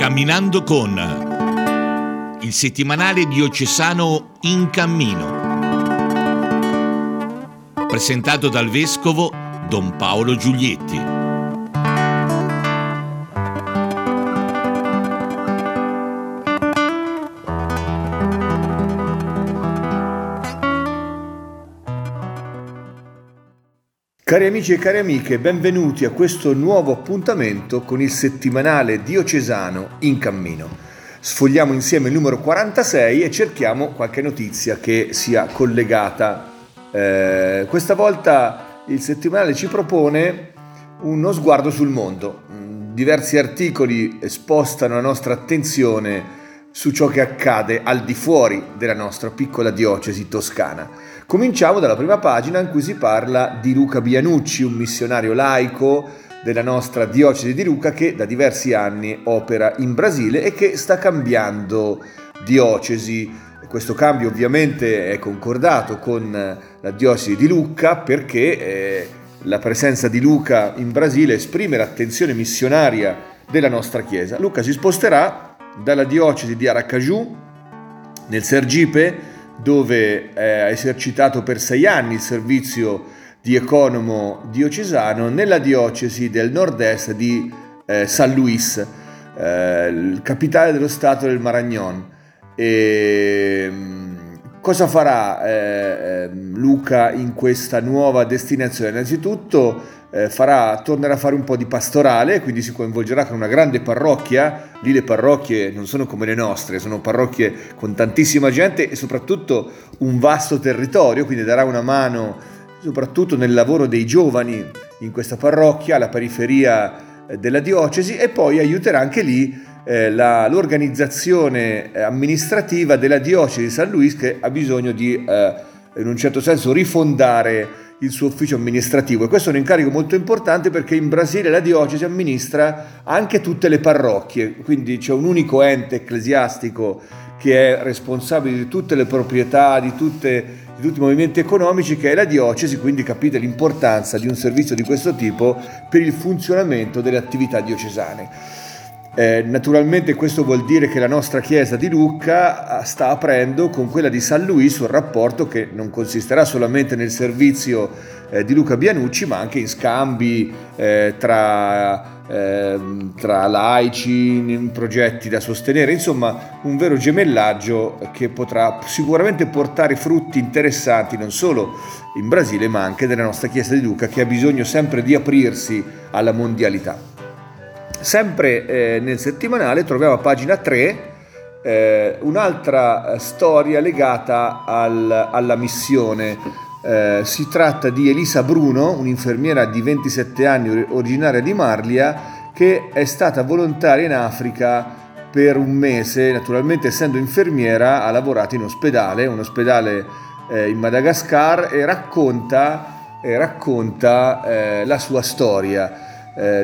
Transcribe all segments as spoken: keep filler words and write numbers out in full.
Camminando con il settimanale diocesano In Cammino, presentato dal vescovo Don Paolo Giulietti. Cari amici e cari amiche, benvenuti a questo nuovo appuntamento con il settimanale diocesano In Cammino. Sfogliamo insieme il numero quarantasei e cerchiamo qualche notizia che sia collegata. Eh, questa volta il settimanale ci propone uno sguardo sul mondo. Diversi articoli spostano la nostra attenzione su ciò che accade al di fuori della nostra piccola diocesi toscana. Cominciamo dalla prima pagina in cui si parla di Luca Bianucci, un missionario laico della nostra diocesi di Lucca che da diversi anni opera in Brasile e che sta cambiando diocesi. Questo cambio ovviamente è concordato con la diocesi di Lucca perché eh, la presenza di Luca in Brasile esprime l'attenzione missionaria della nostra Chiesa. Luca si sposterà dalla diocesi di Aracaju, nel Sergipe, dove ha esercitato per sei anni il servizio di economo diocesano, nella diocesi del nord-est di eh, San Luis, eh, capitale dello stato del Marañón. E, cosa farà eh, Luca in questa nuova destinazione? Innanzitutto eh, farà, tornerà a fare un po' di pastorale, quindi si coinvolgerà con una grande parrocchia. Lì le parrocchie non sono come le nostre, sono parrocchie con tantissima gente e soprattutto un vasto territorio, quindi darà una mano soprattutto nel lavoro dei giovani in questa parrocchia, alla periferia della diocesi, e poi aiuterà anche lì eh, la, l'organizzazione amministrativa della diocesi di San Luis, che ha bisogno di eh, in un certo senso rifondare il suo ufficio amministrativo, e questo è un incarico molto importante perché in Brasile la diocesi amministra anche tutte le parrocchie, quindi c'è un unico ente ecclesiastico che è responsabile di tutte le proprietà, di, tutte, di tutti i movimenti economici, che è la diocesi, quindi capite l'importanza di un servizio di questo tipo per il funzionamento delle attività diocesane. Eh, naturalmente questo vuol dire che la nostra chiesa di Lucca sta aprendo con quella di San Luis un rapporto che non consisterà solamente nel servizio eh, di Luca Bianucci, ma anche in scambi eh, tra, eh, tra laici, in progetti da sostenere, insomma un vero gemellaggio che potrà sicuramente portare frutti interessanti non solo in Brasile ma anche nella nostra chiesa di Lucca, che ha bisogno sempre di aprirsi alla mondialità. Sempre eh, nel settimanale troviamo a pagina tre eh, un'altra storia legata al, alla missione. Eh, si tratta di Elisa Bruno, un'infermiera di ventisette anni originaria di Marlia, che è stata volontaria in Africa per un mese. Naturalmente, essendo infermiera, ha lavorato in ospedale, un ospedale eh, in Madagascar, e racconta, e racconta eh, la sua storia. Eh,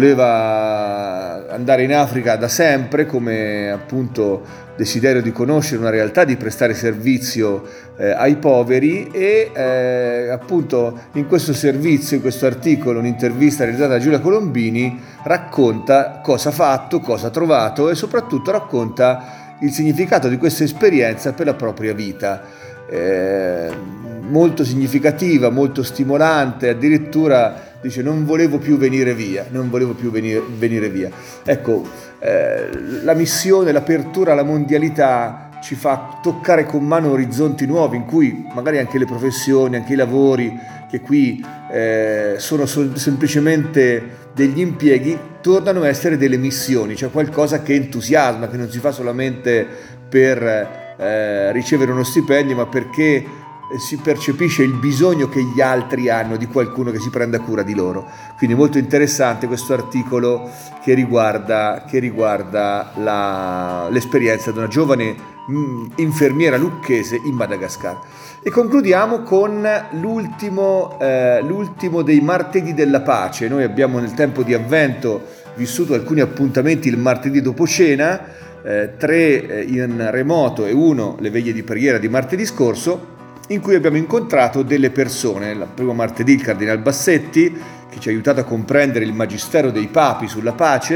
voleva andare in Africa da sempre, come appunto desiderio di conoscere una realtà, di prestare servizio eh, ai poveri, e eh, appunto in questo servizio, in questo articolo, un'intervista realizzata da Giulia Colombini, racconta cosa ha fatto, cosa ha trovato e soprattutto racconta il significato di questa esperienza per la propria vita. Eh, molto significativa, molto stimolante, addirittura dice non volevo più venire via, non volevo più venire, venire via. Ecco, eh, la missione, l'apertura alla mondialità ci fa toccare con mano orizzonti nuovi in cui magari anche le professioni, anche i lavori che qui eh, sono so- semplicemente degli impieghi, tornano a essere delle missioni, cioè qualcosa che entusiasma, che non si fa solamente per eh, ricevere uno stipendio, ma perché si percepisce il bisogno che gli altri hanno di qualcuno che si prenda cura di loro. Quindi molto interessante questo articolo che riguarda, che riguarda la, l'esperienza di una giovane mh, infermiera lucchese in Madagascar. E concludiamo con l'ultimo, eh, l'ultimo dei martedì della pace. Noi abbiamo nel tempo di Avvento vissuto alcuni appuntamenti il martedì dopo cena, eh, tre in remoto e uno le veglie di preghiera di martedì scorso, in cui abbiamo incontrato delle persone. Il primo martedì il Cardinal Bassetti, che ci ha aiutato a comprendere il magistero dei papi sulla pace,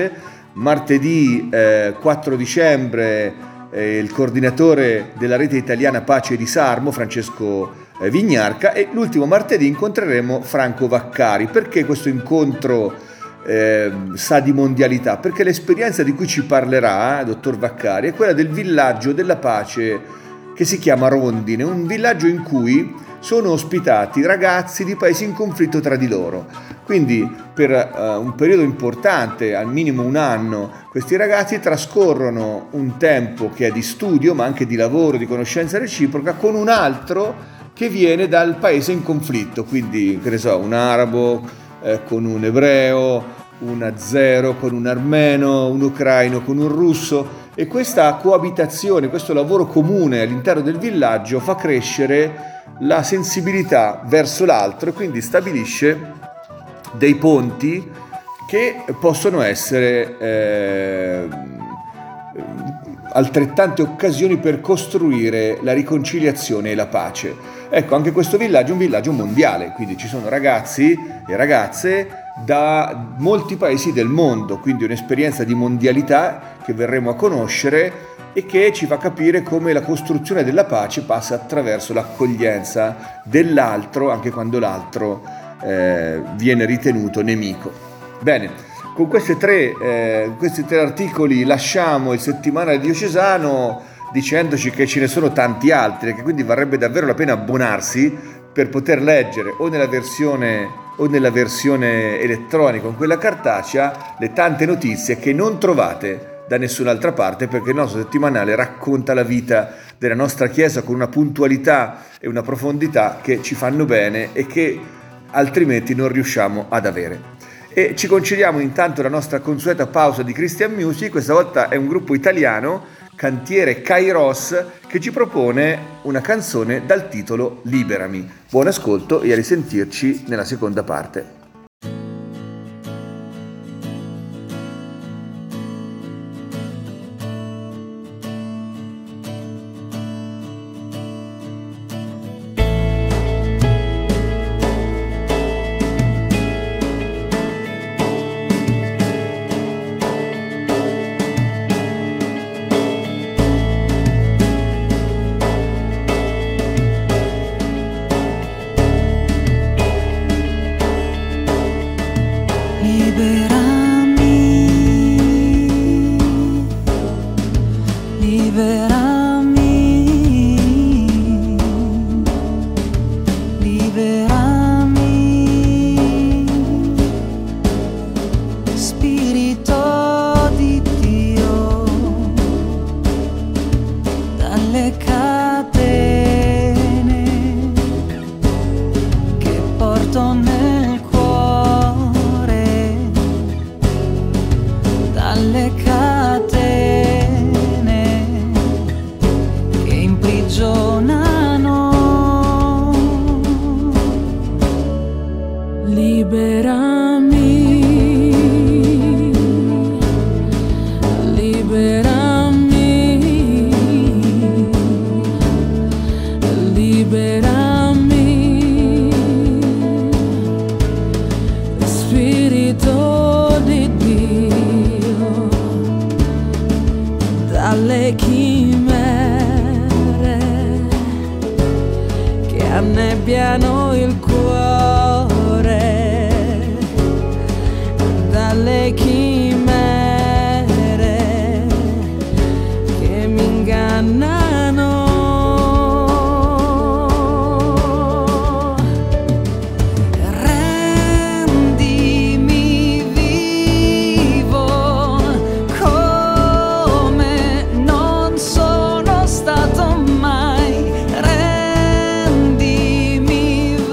martedì eh, quattro dicembre eh, il coordinatore della rete italiana Pace di Sarmo, Francesco eh, Vignarca, e l'ultimo martedì incontreremo Franco Vaccari. Perché questo incontro eh, sa di mondialità? Perché l'esperienza di cui ci parlerà, eh, dottor Vaccari, è quella del villaggio della pace che si chiama Rondine, un villaggio in cui sono ospitati ragazzi di paesi in conflitto tra di loro. Quindi per uh, un periodo importante, al minimo un anno, questi ragazzi trascorrono un tempo che è di studio, ma anche di lavoro, di conoscenza reciproca, con un altro che viene dal paese in conflitto. Quindi, che ne so, un arabo eh, con un ebreo, un azero con un armeno, un ucraino con un russo. E questa coabitazione, questo lavoro comune all'interno del villaggio fa crescere la sensibilità verso l'altro e quindi stabilisce dei ponti che possono essere eh, altrettante occasioni per costruire la riconciliazione e la pace. Ecco, anche questo villaggio è un villaggio mondiale, quindi ci sono ragazzi e ragazze da molti paesi del mondo, quindi un'esperienza di mondialità che verremo a conoscere e che ci fa capire come la costruzione della pace passa attraverso l'accoglienza dell'altro, anche quando l'altro eh, viene ritenuto nemico. Bene, con queste tre, eh, questi tre articoli lasciamo il settimanale diocesano dicendoci che ce ne sono tanti altri, che quindi varrebbe davvero la pena abbonarsi per poter leggere o nella versione o nella versione elettronica o in quella cartacea le tante notizie che non trovate da nessun'altra parte, perché il nostro settimanale racconta la vita della nostra Chiesa con una puntualità e una profondità che ci fanno bene e che altrimenti non riusciamo ad avere. E ci concediamo intanto la nostra consueta pausa di Christian Music. Questa volta è un gruppo italiano, Cantiere Kairos, che ci propone una canzone dal titolo Liberami. Buon ascolto e a risentirci nella seconda parte. annebbiano il cuore, dalle chimere che mi ingannano. Rendimi vivo come non sono stato mai. Rendimi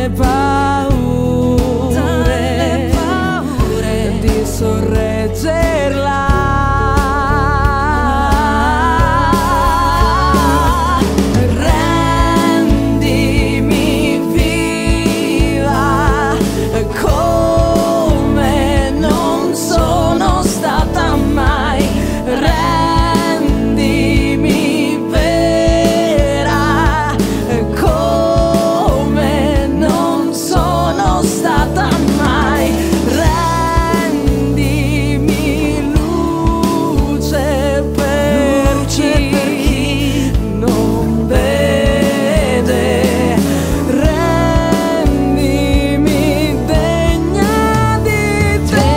dalle paure, dalle paure di sorreggerla. Rendimi viva come non sono stata mai. Rendimi vera come non sono stata mai. Rendimi luce per chi non vede. Rendimi degna di te.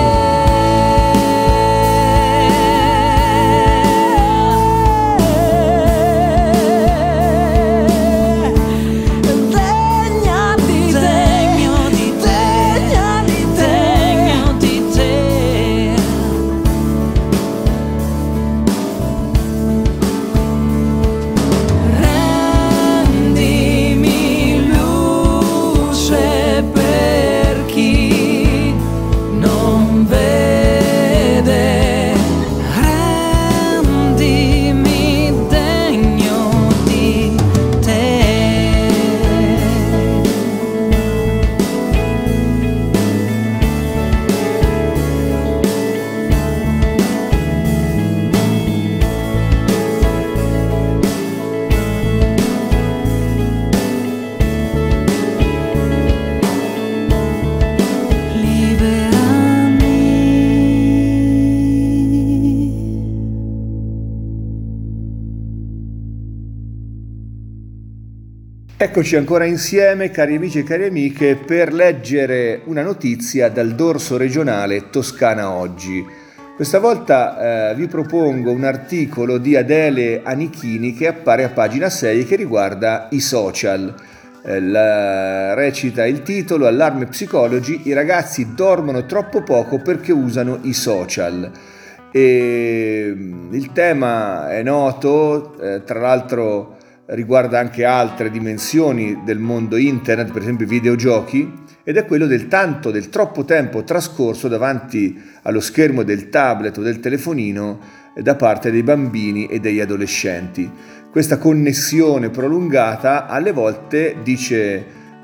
Degna di te. Degno di te. Degna di te. Degno di te. Rendimi luce per chi non vede. Rendimi degno di te. Liberami. Eccoci ancora insieme, cari amici e cari amiche, per leggere una notizia dal dorso regionale Toscana Oggi. Questa volta eh, vi propongo un articolo di Adele Anichini che appare a pagina sei e che riguarda i social. Eh, la- recita il titolo: Allarme psicologi, i ragazzi dormono troppo poco perché usano i social. E mm, il tema è noto, eh, tra l'altro riguarda anche altre dimensioni del mondo internet, per esempio i videogiochi, ed è quello del tanto, del troppo tempo trascorso davanti allo schermo del tablet o del telefonino eh, da parte dei bambini e degli adolescenti. Questa connessione prolungata alle volte, dice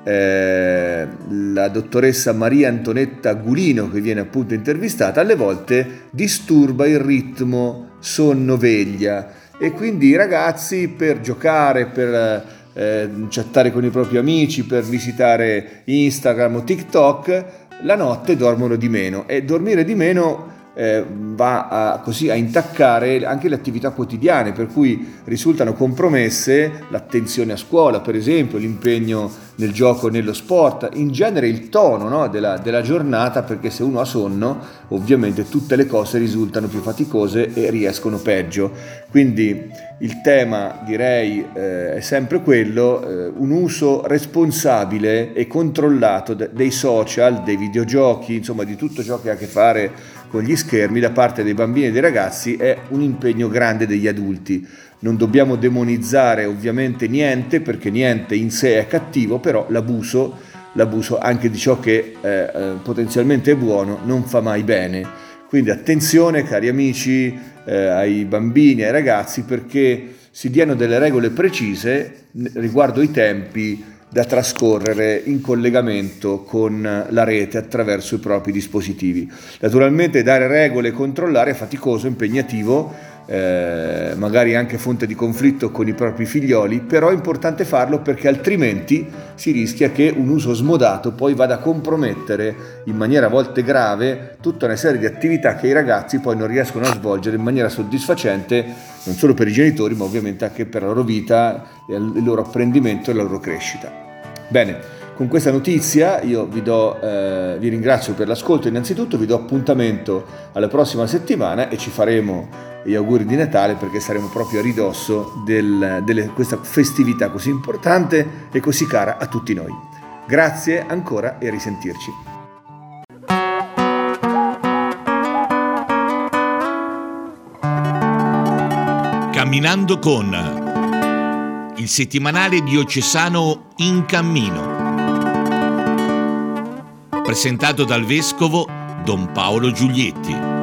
eh, la dottoressa Maria Antonetta Gulino, che viene appunto intervistata, alle volte disturba il ritmo sonno-veglia. E quindi i ragazzi, per giocare, per eh, chattare con i propri amici, per visitare Instagram o TikTok, la notte dormono di meno, e dormire di meno eh, va a, così a intaccare anche le attività quotidiane, per cui risultano compromesse l'attenzione a scuola, per esempio, l'impegno nel gioco, nello sport, in genere il tono, no, della, della giornata, perché se uno ha sonno ovviamente tutte le cose risultano più faticose e riescono peggio. Quindi il tema, direi, eh, è sempre quello, eh, un uso responsabile e controllato de- dei social, dei videogiochi, insomma di tutto ciò che ha a che fare con gli schermi da parte dei bambini e dei ragazzi è un impegno grande degli adulti. Non dobbiamo demonizzare ovviamente niente, perché niente in sé è cattivo, però l'abuso, l'abuso anche di ciò che eh, eh, potenzialmente è buono non fa mai bene. Quindi attenzione, cari amici, eh, ai bambini, ai ragazzi, perché si diano delle regole precise riguardo i tempi da trascorrere in collegamento con la rete attraverso i propri dispositivi. Naturalmente dare regole e controllare è faticoso, impegnativo, eh, magari anche fonte di conflitto con i propri figlioli, però è importante farlo, perché altrimenti si rischia che un uso smodato poi vada a compromettere in maniera a volte grave tutta una serie di attività che i ragazzi poi non riescono a svolgere in maniera soddisfacente, non solo per i genitori ma ovviamente anche per la loro vita, il loro apprendimento e la loro crescita. Bene, con questa notizia io vi do, eh, vi ringrazio per l'ascolto, innanzitutto vi do appuntamento alla prossima settimana e ci faremo gli auguri di Natale, perché saremo proprio a ridosso di questa festività così importante e così cara a tutti noi. Grazie ancora e a risentirci. Camminando con il settimanale diocesano In Cammino. presentato dal vescovo Don Paolo Giulietti.